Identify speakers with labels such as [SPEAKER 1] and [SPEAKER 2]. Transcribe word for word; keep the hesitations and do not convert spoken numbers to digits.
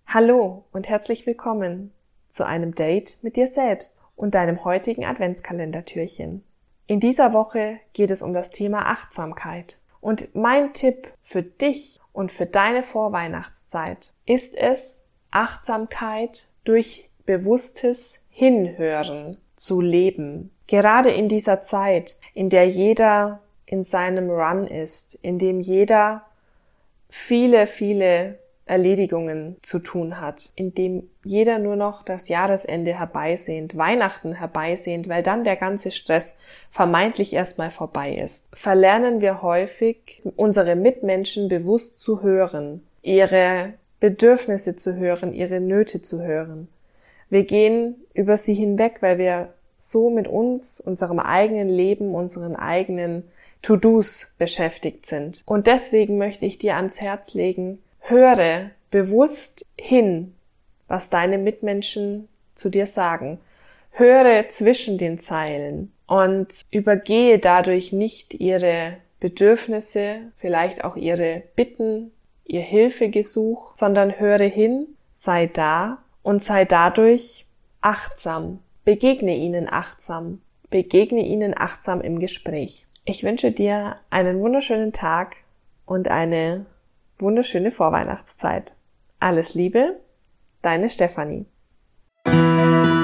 [SPEAKER 1] Hallo und herzlich willkommen zu einem Date mit dir selbst und deinem heutigen Adventskalendertürchen. In dieser Woche geht es um das Thema Achtsamkeit. Und mein Tipp für dich und für deine Vorweihnachtszeit ist es, Achtsamkeit durch bewusstes Hinhören zu leben. Gerade in dieser Zeit, in der jeder in seinem Run ist, in dem jeder viele, viele Erledigungen zu tun hat, in dem jeder nur noch das Jahresende herbeisehnt, Weihnachten herbeisehnt, weil dann der ganze Stress vermeintlich erstmal vorbei ist, verlernen wir häufig, unsere Mitmenschen bewusst zu hören, ihre Bedürfnisse zu hören, ihre Nöte zu hören. Wir gehen über sie hinweg, weil wir so mit uns, unserem eigenen Leben, unseren eigenen To-Dos beschäftigt sind. Und deswegen möchte ich dir ans Herz legen, höre bewusst hin, was deine Mitmenschen zu dir sagen. Höre zwischen den Zeilen und übergehe dadurch nicht ihre Bedürfnisse, vielleicht auch ihre Bitten, ihr Hilfegesuch, sondern höre hin, sei da und sei dadurch achtsam. Begegne ihnen achtsam. Begegne ihnen achtsam im Gespräch. Ich wünsche dir einen wunderschönen Tag und eine wunderschöne Vorweihnachtszeit. Alles Liebe, deine Stefanie.